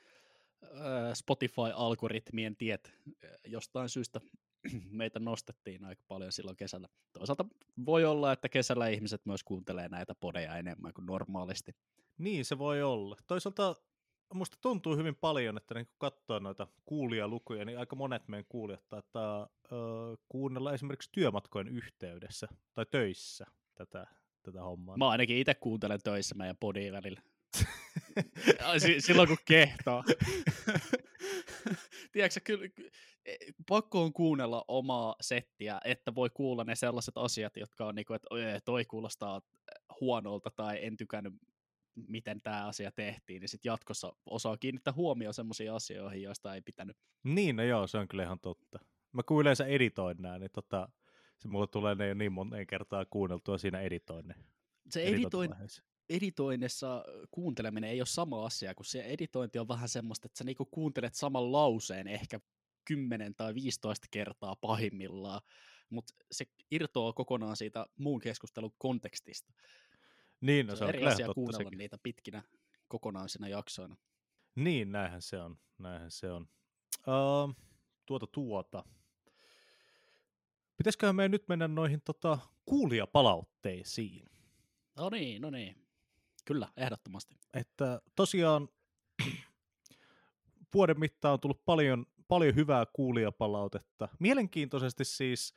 Spotify-algoritmien tiet. Jostain syystä meitä nostettiin aika paljon silloin kesällä. Toisaalta voi olla, että kesällä ihmiset myös kuuntelee näitä podeja enemmän kuin normaalisti. Niin, se voi olla. Toisaalta musta tuntuu hyvin paljon, että kun katsoo noita kuulijalukuja, niin aika monet meidän kuulijat taitaa kuunnella esimerkiksi työmatkojen yhteydessä tai töissä tätä hommaa. Mä ainakin itse kuuntelen töissä meidän podia välillä. Silloin kun kehtoo. Tiedätkö, kyllä pakko on kuunnella omaa settiä, että voi kuulla ne sellaiset asiat, jotka on niinku, että toi kuulostaa huonolta tai en tykännyt, miten tämä asia tehtiin, niin sitten jatkossa osaa kiinnittää huomioon semmoisiin asioihin, joista ei pitänyt. Niin, no joo, se on kyllä ihan totta. Mä kun yleensä editoin nää, niin se mulle tulee ne niin moneen kertaa kuunneltua siinä Se editoinnissa kuunteleminen ei ole sama asia, kun se editointi on vähän semmoista, että sä niinku kuuntelet saman lauseen ehkä 10 tai 15 kertaa pahimmillaan, mutta se irtoaa kokonaan siitä muun keskustelun kontekstista. Niin, no se on eri kyllä asia totta kuunnella sekin. niitä pitkinä kokonaisina jaksoina. Niin, näinhän se on. Pitäisiköhän meidän nyt mennä noihin kuulijapalautteisiin? No niin. Kyllä, ehdottomasti. Että tosiaan vuoden mittaan on tullut paljon hyvää kuulijapalautetta. Mielenkiintoisesti siis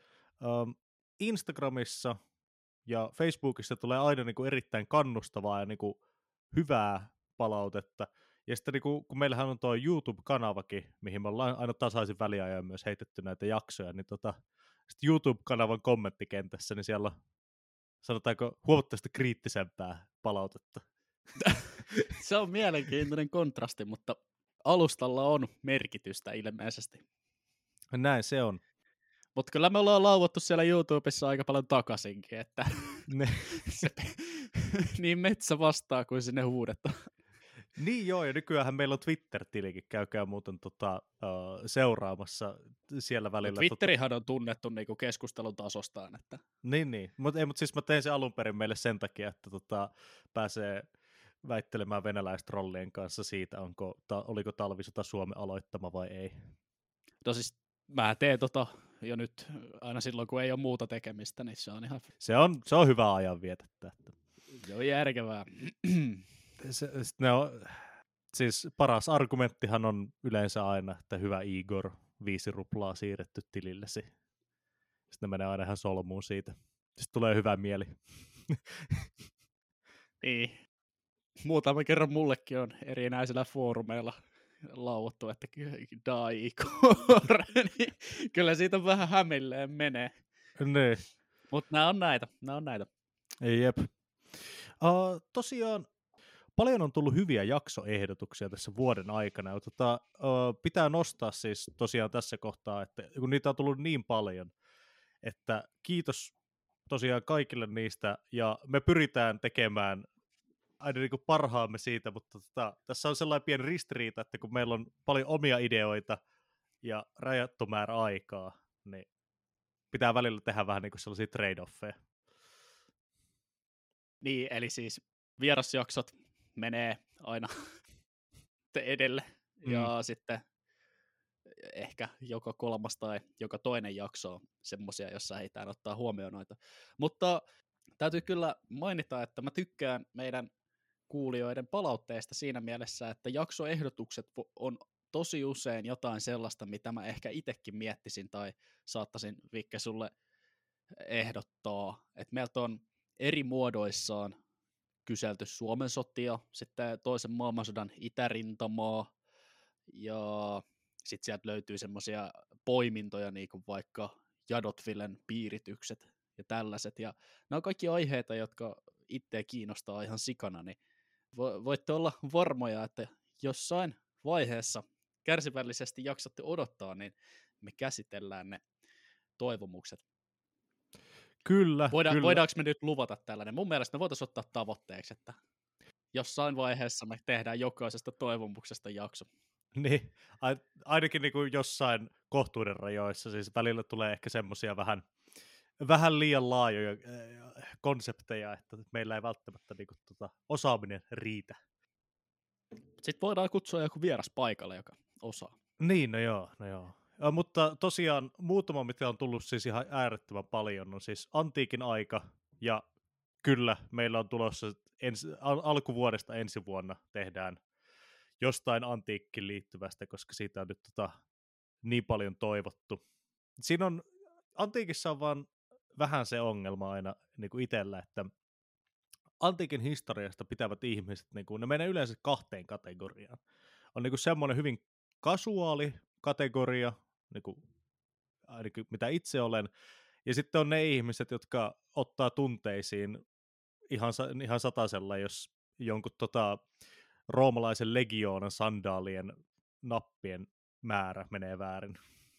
Instagramissa ja Facebookissa tulee aina niin kuin erittäin kannustavaa ja niin kuin hyvää palautetta. Ja sitten niin kun meillähän on tuo YouTube-kanavakin, mihin me ollaan aina tasaisin väliajoin myös heitetty näitä jaksoja, niin sitten YouTube-kanavan kommenttikentässä, niin siellä on, sanotaanko, huomattavasti kriittisempää palautetta. Se on mielenkiintoinen kontrasti, mutta alustalla on merkitystä ilmeisesti. Näin se on. Mutta kyllä me ollaan lauvattu siellä YouTubessa aika paljon takaisinkin, että se, niin metsä vastaa kuin sinne huudetaan. Niin joo, ja nykyäänhän meillä on Twitter-tilikin, käykää muuten seuraamassa siellä välillä. Twitterihan on tunnettu niinku keskustelun tasostaan. Että... Niin. Mutta siis mä tein sen alun perin meille sen takia, että pääsee väittelemään venäläistrollien kanssa siitä, oliko talvisota Suomen aloittama vai ei. No siis mä teen jo nyt aina silloin, kun ei ole muuta tekemistä, niin se on ihan... Se on hyvä ajanvietettä. Se on järkevää. Siis paras argumenttihan on yleensä aina, että hyvä Igor, 5 ruplaa siirretty tilillesi. Sitten ne menee aina ihan solmuun siitä. Sitten tulee hyvä mieli. Niin. Muutama kerran mullekin on erinäisillä foorumeilla lauottu, että die Igor. Niin kyllä siitä vähän hämilleen menee. Niin. Mutta nämä on näitä. Jep. Tosiaan paljon on tullut hyviä jaksoehdotuksia tässä vuoden aikana. Pitää nostaa siis tosiaan tässä kohtaa, että kun niitä on tullut niin paljon, että kiitos tosiaan kaikille niistä, ja me pyritään tekemään aina niin kuin parhaamme siitä, mutta tässä on sellainen pieni ristiriita, että kun meillä on paljon omia ideoita ja rajattu määrä aikaa, niin pitää välillä tehdä vähän niin kuin sellaisia trade-offeja. Niin, eli siis vierasjaksot menee aina edelle, ja sitten ehkä joka kolmas tai joka toinen jakso on semmoisia, jossa heitään ottaa huomioon noita. Mutta täytyy kyllä mainita, että mä tykkään meidän kuulijoiden palautteista siinä mielessä, että jaksoehdotukset on tosi usein jotain sellaista, mitä mä ehkä itsekin miettisin tai saattaisin Vikke sulle ehdottaa. Että meiltä on eri muodoissaan kyselty Suomen sotia, sitten toisen maailmansodan itärintamaa, ja sitten sieltä löytyy semmoisia poimintoja, niin kuin vaikka Jadotvillen piiritykset ja tällaiset, ja nämä on kaikki aiheita, jotka itseä kiinnostaa ihan sikana, niin voitte olla varmoja, että jossain vaiheessa kärsivällisesti jaksatte odottaa, niin me käsitellään ne toivomukset. Kyllä. Voidaanko me nyt luvata tällainen? Mun mielestä me voitaisiin ottaa tavoitteeksi, että jossain vaiheessa me tehdään jokaisesta toivomuksesta jakso. Niin, ainakin niin kuin jossain kohtuuden rajoissa, siis välillä tulee ehkä semmoisia vähän liian laajoja konsepteja, että meillä ei välttämättä niin kuin, osaaminen riitä. Sitten voidaan kutsua joku vieras paikalle, joka osaa. Niin, no joo. Mutta tosiaan muutama, mitä on tullut siis ihan äärettömän paljon, on siis antiikin aika, ja kyllä meillä on tulossa alkuvuodesta ensi vuonna tehdään jostain antiikkiin liittyvästä, koska siitä on nyt niin paljon toivottu. Siinä on, antiikissa on vaan vähän se ongelma aina niin kuin itsellä, että antiikin historiasta pitävät ihmiset, niin kuin, ne menee yleensä 2 kategoriaan. On niin kuin semmoinen hyvin kasuaali kategoria, niin kuin, ainakin mitä itse olen, ja sitten on ne ihmiset, jotka ottaa tunteisiin ihan satasella, jos jonkun roomalaisen legioonan sandaalien nappien määrä menee väärin.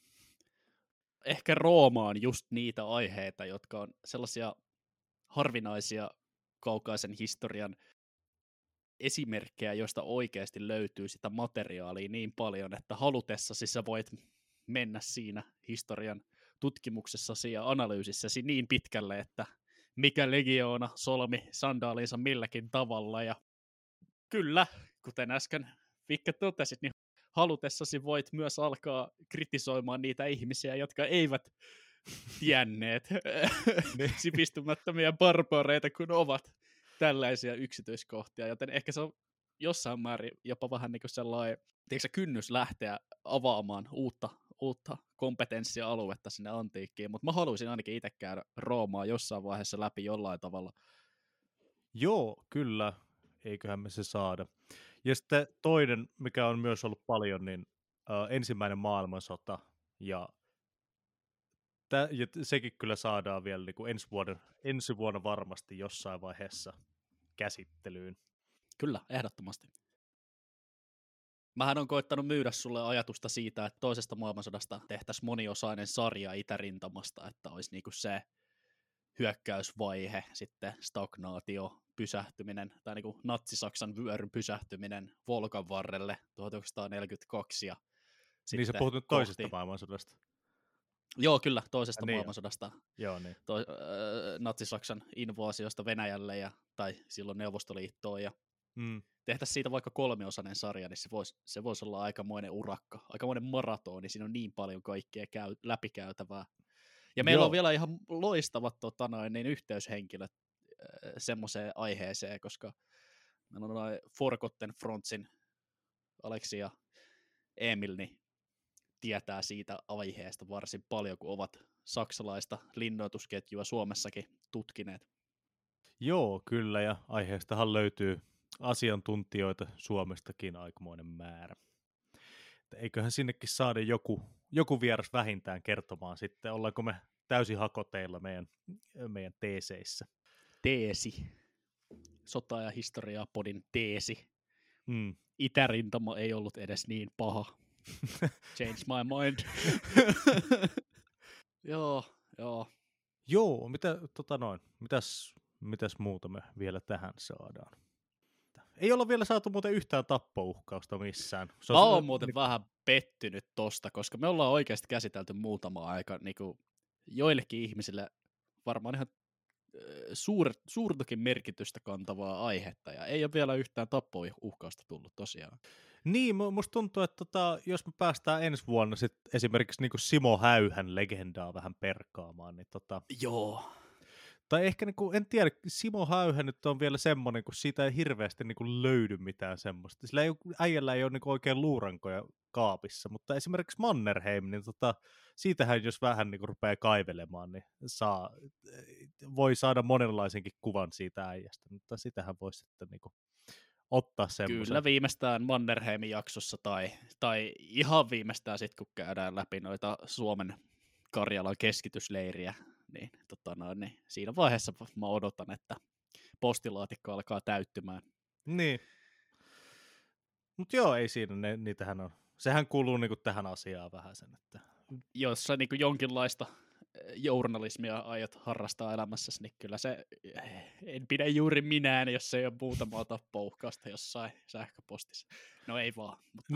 Ehkä Rooma on just niitä aiheita, jotka on sellaisia harvinaisia kaukaisen historian esimerkkejä, joista oikeasti löytyy sitä materiaalia niin paljon, että halutessasi sä voit mennä siinä historian tutkimuksessasi ja analyysissäsi niin pitkälle, että mikä legioona solmi sandaalinsa milläkin tavalla. Ja kyllä, kuten äsken Vikke totesit, niin halutessasi voit myös alkaa kritisoimaan niitä ihmisiä, jotka eivät tienneet sivistymättömiä barbareita, kun ovat tällaisia yksityiskohtia, joten ehkä se on jossain määrin jopa vähän niin kuin sellainen kynnys lähteä avaamaan uutta kompetenssia-aluetta sinne antiikkiin, mutta mä haluaisin ainakin itse käydä Roomaa jossain vaiheessa läpi jollain tavalla. Joo, kyllä. eiköhän me se saada. Ja sitten toinen, mikä on myös ollut paljon, niin ensimmäinen maailmansota, ja sekin kyllä saadaan vielä niin kuin ensi vuonna varmasti jossain vaiheessa käsittelyyn. Kyllä, ehdottomasti. Mähän on koittanut myydä sulle ajatusta siitä, että toisesta maailmansodasta tehtäisiin moniosainen sarja itärintamasta, että olisi niinku se hyökkäysvaihe, sitten stagnaatio, pysähtyminen, tai niinku natsi-Saksan vyöryn pysähtyminen Volkan varrelle 1942 ja Niin sä sitten puhut nyt toisesta maailmansodasta. Joo, kyllä, toisesta maailmansodasta. Joo, niin. Natsi-Saksan invaasiosta Venäjälle tai silloin Neuvostoliittoon ja tehtäisiin siitä vaikka 3-osainen sarja, niin se voisi olla aikamoinen urakka, aikamoinen maratoni, siinä on niin paljon kaikkea läpikäytävää. Ja meillä on vielä ihan loistavat yhteyshenkilöt semmoiseen aiheeseen, koska meillä on noin Forgotten Frontsin Aleksi ja Emil, niin tietää siitä aiheesta varsin paljon, kun ovat saksalaista linnoitusketjua Suomessakin tutkineet. Joo, kyllä, ja aiheestahan löytyy asiantuntijoita Suomestakin aikamoinen määrä. Eiköhän sinnekin saada joku vieras vähintään kertomaan sitten, ollaanko me täysin hakoteilla meidän teeseissä. Teesi. Sota- ja historiaa podin teesi. Itärintama ei ollut edes niin paha. Change my mind. Joo. Mitäs muuta me vielä tähän saadaan? Ei olla vielä saatu muuten yhtään tappouhkausta missään. Mä oon muuten vähän pettynyt tosta, koska me ollaan oikeasti käsitelty muutama aika niin kuin joillekin ihmisille varmaan ihan suurtakin merkitystä kantavaa aihetta, ja ei ole vielä yhtään tappouhkausta tullut tosiaan. Niin, musta tuntuu, että jos me päästään ensi vuonna sit esimerkiksi niin kuin Simo Häyhän legendaa vähän perkaamaan, niin Joo. Tai ehkä, en tiedä, Simo Häyhä nyt on vielä semmoinen, kun siitä ei hirveästi löydy mitään semmoista. Sillä äijällä ei ole oikein luurankoja kaapissa, mutta esimerkiksi Mannerheim, niin siitähän jos vähän rupeaa kaivelemaan, niin voi saada monenlaisenkin kuvan siitä äijästä, mutta sitähän voi sitten ottaa semmoisen. Kyllä viimeistään Mannerheimin jaksossa tai ihan viimeistään sitten, kun käydään läpi noita Suomen Karjalan keskitysleiriä, niin siinä vaiheessa mä odotan, että postilaatikko alkaa täyttymään. Niin. Mutta joo, ei siinä, niitähän on. Sehän kuuluu tähän asiaan vähän sen, että... Jos sä jonkinlaista journalismia aiot harrastaa elämässäsi, niin kyllä se, en pidä juuri minään, jos ei ole muutamaa tappouhkausta jossain sähköpostissa. No ei vaan.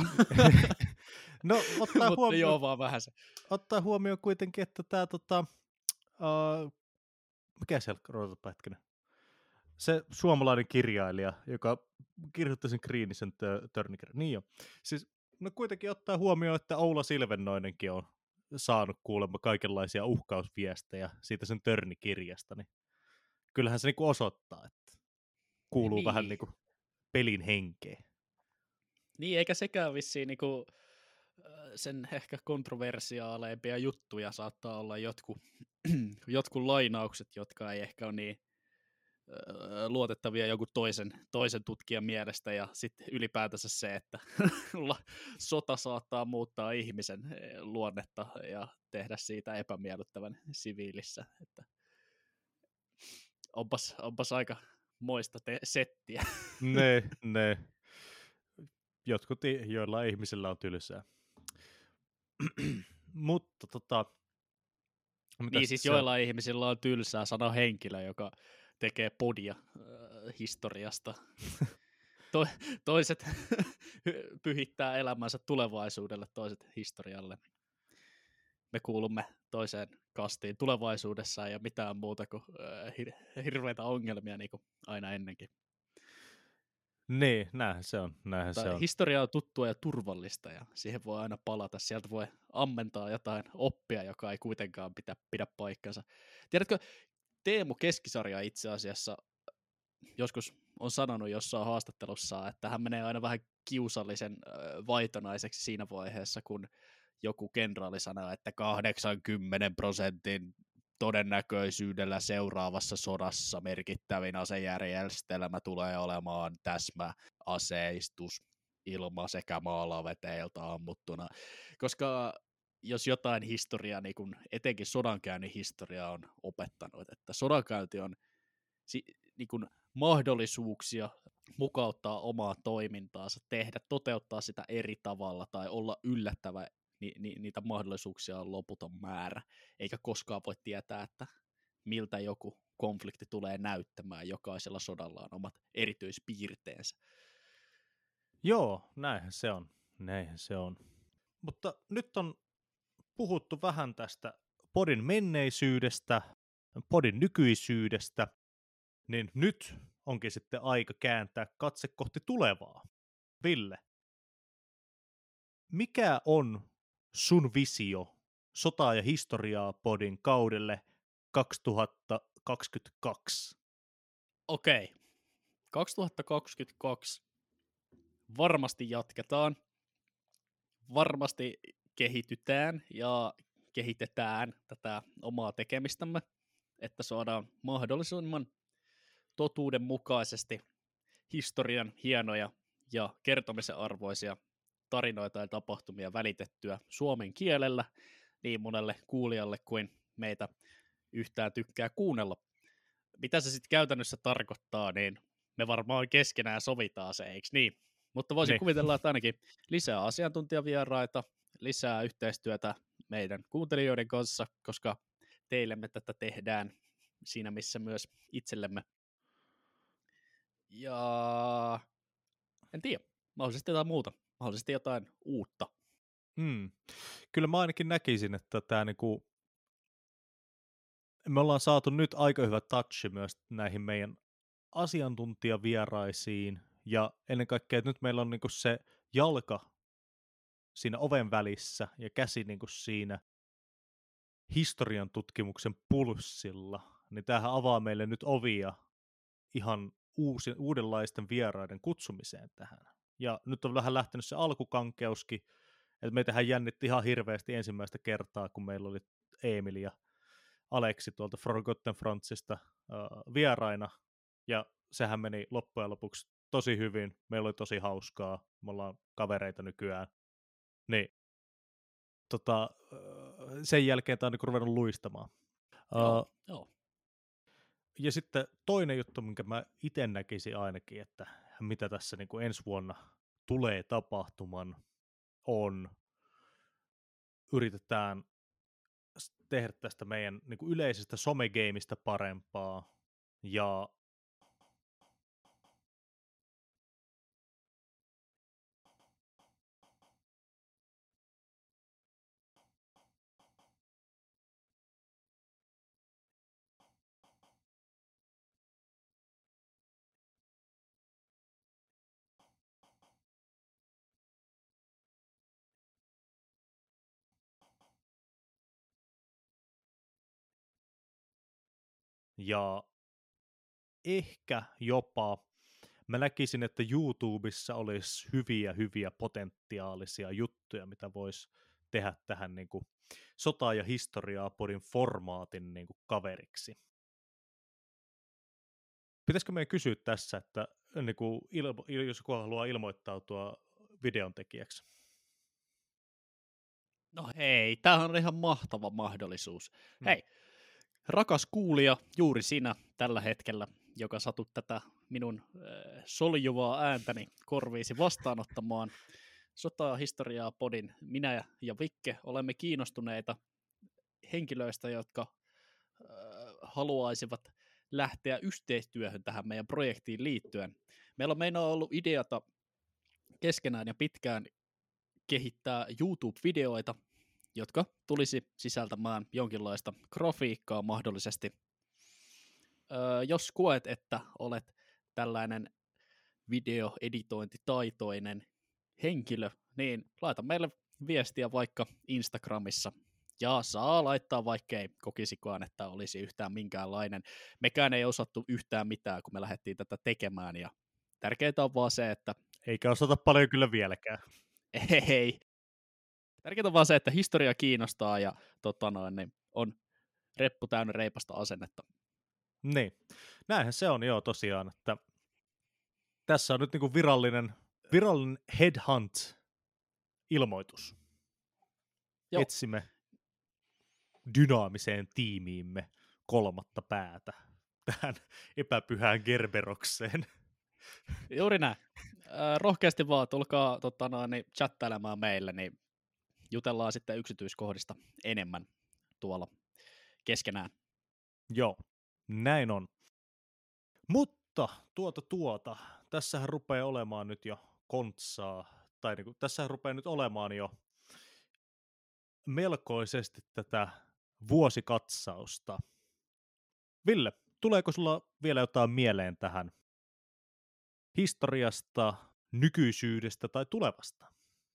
No ottaa huomioon, joo, vaan vähän se. Ottaa huomioon kuitenkin, että tämä mikä siellä, odotapa hetkinen, se suomalainen kirjailija, joka kirjoitti sen Kriinisen Törnikirjan. Niin jo. Siis, no kuitenkin ottaa huomioon, että Oula Silvennoinenkin on saanut kuulemma kaikenlaisia uhkausviestejä siitä sen Törnikirjasta, niin kyllähän se osoittaa, että kuuluu niin. vähän pelin henkeen. Niin, eikä sekään vissiin sen ehkä kontroversiaaleimpia juttuja saattaa olla jotkut lainaukset, jotka ei ehkä ole niin luotettavia joku toisen tutkijan mielestä, ja sitten ylipäätänsä se, että sota saattaa muuttaa ihmisen luonnetta ja tehdä siitä epämiellyttävän siviilissä. Että onpas aika moista settiä. Ne. Jotkut joilla ihmisillä on tylsää. Mutta niin siis joilla ihmisillä on tylsää, sano henkilö, joka tekee podia historiasta. Toiset pyhittää elämänsä tulevaisuudelle, toiset historialle. Me kuulumme toiseen kastiin tulevaisuudessa, ja mitään muuta kuin hirveitä ongelmia niin kuin aina ennenkin. Niin, näinhän se on. Historia on tuttua ja turvallista, ja siihen voi aina palata. Sieltä voi ammentaa jotain oppia, joka ei kuitenkaan pidä paikkansa. Tiedätkö, Teemu Keskisarja itse asiassa joskus on sanonut jossain haastattelussa, että hän menee aina vähän kiusallisen vaitonaiseksi siinä vaiheessa, kun joku kenraali sanoo, että 80% todennäköisyydellä seuraavassa sodassa merkittävin asejärjestelmä tulee olemaan täsmäaseistus ilma- sekä maalaveteiltä ammuttuna, koska jos jotain historiaa, niin kun etenkin sodankäynnin historia on opettanut, että sodankäynti on niin kun mahdollisuuksia mukauttaa omaa toimintaansa, toteuttaa sitä eri tavalla tai olla yllättävä, niitä mahdollisuuksia on loputon määrä, eikä koskaan voi tietää, että miltä joku konflikti tulee näyttämään. Jokaisella sodalla on omat erityispiirteensä. Joo, näinhän se on. Näinhän se on. Mutta nyt on puhuttu vähän tästä podin menneisyydestä, podin nykyisyydestä, niin nyt onkin sitten aika kääntää katse kohti tulevaa. Ville, mikä on sun visio Sotaa ja historiaa podin kaudelle 2022? Okei. 2022 varmasti jatketaan, varmasti kehitytään ja kehitetään tätä omaa tekemistämme, että saadaan mahdollisimman totuudenmukaisesti historian hienoja ja kertomisen arvoisia tarinoita ja tapahtumia välitettyä suomen kielellä niin monelle kuulijalle kuin meitä yhtään tykkää kuunnella. Mitä se sitten käytännössä tarkoittaa, niin me varmaan keskenään sovitaan se, eikö niin? Mutta voisin kuvitella, että ainakin lisää asiantuntijavieraita, lisää yhteistyötä meidän kuuntelijoiden kanssa, koska teille me tätä tehdään siinä, missä myös itsellemme. Ja en tiedä, mahdollisesti jotain muuta, mahdollisesti jotain uutta. Kyllä mä ainakin näkisin, että tämä niinku, me ollaan saatu nyt aika hyvä touchi myös näihin meidän asiantuntijavieraisiin, ja ennen kaikkea, että nyt meillä on niinku se jalka siinä oven välissä ja käsi niinku siinä historian tutkimuksen pulssilla, niin tämähän avaa meille nyt ovia ihan uudenlaisten vieraiden kutsumiseen tähän. Ja nyt on vähän lähtenyt se alkukankeuskin, että meitähän jännitti ihan hirveästi ensimmäistä kertaa, kun meillä oli Emil ja Aleksi tuolta Forgotten Frontsista vieraina, ja sehän meni loppujen lopuksi tosi hyvin, meillä oli tosi hauskaa, me ollaan kavereita nykyään, niin sen jälkeen tämä on niinku ruvennut luistamaan. Joo. Ja sitten toinen juttu, minkä mä itse näkisin ainakin, että mitä tässä niinku ensi vuonna tulee tapahtuman, on yritetään tehdä tästä meidän niinku yleisestä somegeimistä parempaa, ja ehkä jopa mä näkisin, että YouTubessa olisi hyviä potentiaalisia juttuja, mitä voisi tehdä tähän niin kuin Sotaa ja historiaa podin formaatin niin kuin kaveriksi. Pitäisikö meidän kysyä tässä, että niin kuin, jos joku haluaa ilmoittautua videon tekijäksi? No hei, tämähän on ihan mahtava mahdollisuus. Hei, rakas kuulija, juuri sinä tällä hetkellä, joka satut tätä minun soljuvaa ääntäni korviisi vastaanottamaan. Sotaa historiaa podin minä ja Vikke olemme kiinnostuneita henkilöistä, jotka haluaisivat lähteä yhteistyöhön tähän meidän projektiin liittyen. Meillä on meinaa ollut ideata keskenään ja pitkään kehittää YouTube-videoita, jotka tulisi sisältämään jonkinlaista grafiikkaa mahdollisesti. Jos koet, että olet tällainen videoeditointitaitoinen henkilö, niin laita meille viestiä vaikka Instagramissa. Ja saa laittaa, vaikka ei kokisikaan, että olisi yhtään minkäänlainen. Mekään ei osattu yhtään mitään, kun me lähdettiin tätä tekemään. Ja tärkeintä on vaan se, että... Eikä osata paljon kyllä vieläkään. Ei. Tärkeintä on vaan se, että historia kiinnostaa ja niin on reppu täynnä reipasta asennetta. Niin, näinhän se on joo tosiaan, että tässä on nyt niinku virallinen headhunt-ilmoitus. Joo. Etsimme dynaamiseen tiimiimme kolmatta päätä tähän epäpyhään Gerberokseen. Juuri näin. Rohkeasti vaan tulkaa chattailemaan meille, niin jutellaan sitten yksityiskohdista enemmän tuolla keskenään. Joo, näin on. Mutta tässähän rupeaa olemaan nyt jo kontsaa, tai niinku, tässähän rupeaa nyt olemaan jo melkoisesti tätä vuosikatsausta. Ville, tuleeko sulla vielä jotain mieleen tähän historiasta, nykyisyydestä tai tulevasta?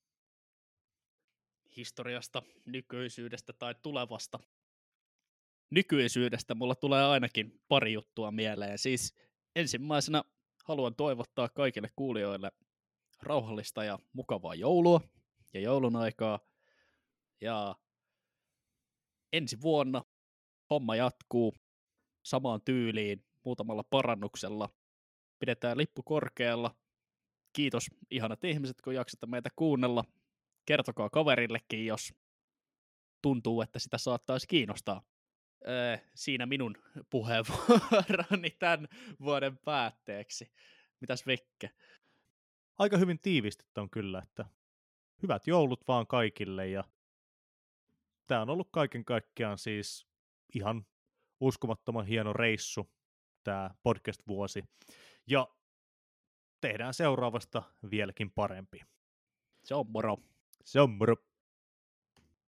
Historiasta, nykyisyydestä tai tulevasta. Nykyisyydestä mulla tulee ainakin pari juttua mieleen. Siis ensimmäisenä haluan toivottaa kaikille kuulijoille rauhallista ja mukavaa joulua ja joulun aikaa. Ja ensi vuonna homma jatkuu samaan tyyliin muutamalla parannuksella. Pidetään lippu korkealla. Kiitos ihanat ihmiset, kun jaksatte meitä kuunnella. Kertokaa kaverillekin, jos tuntuu, että sitä saattaisi kiinnostaa. Siinä minun puheenvuoroni tämän vuoden päätteeksi. Mitäs Vekke? Aika hyvin tiivistetty on kyllä, että hyvät joulut vaan kaikille ja tämä on ollut kaiken kaikkiaan siis ihan uskomattoman hieno reissu tämä podcast-vuosi ja tehdään seuraavasta vieläkin parempi. Se on moro. Se on moro.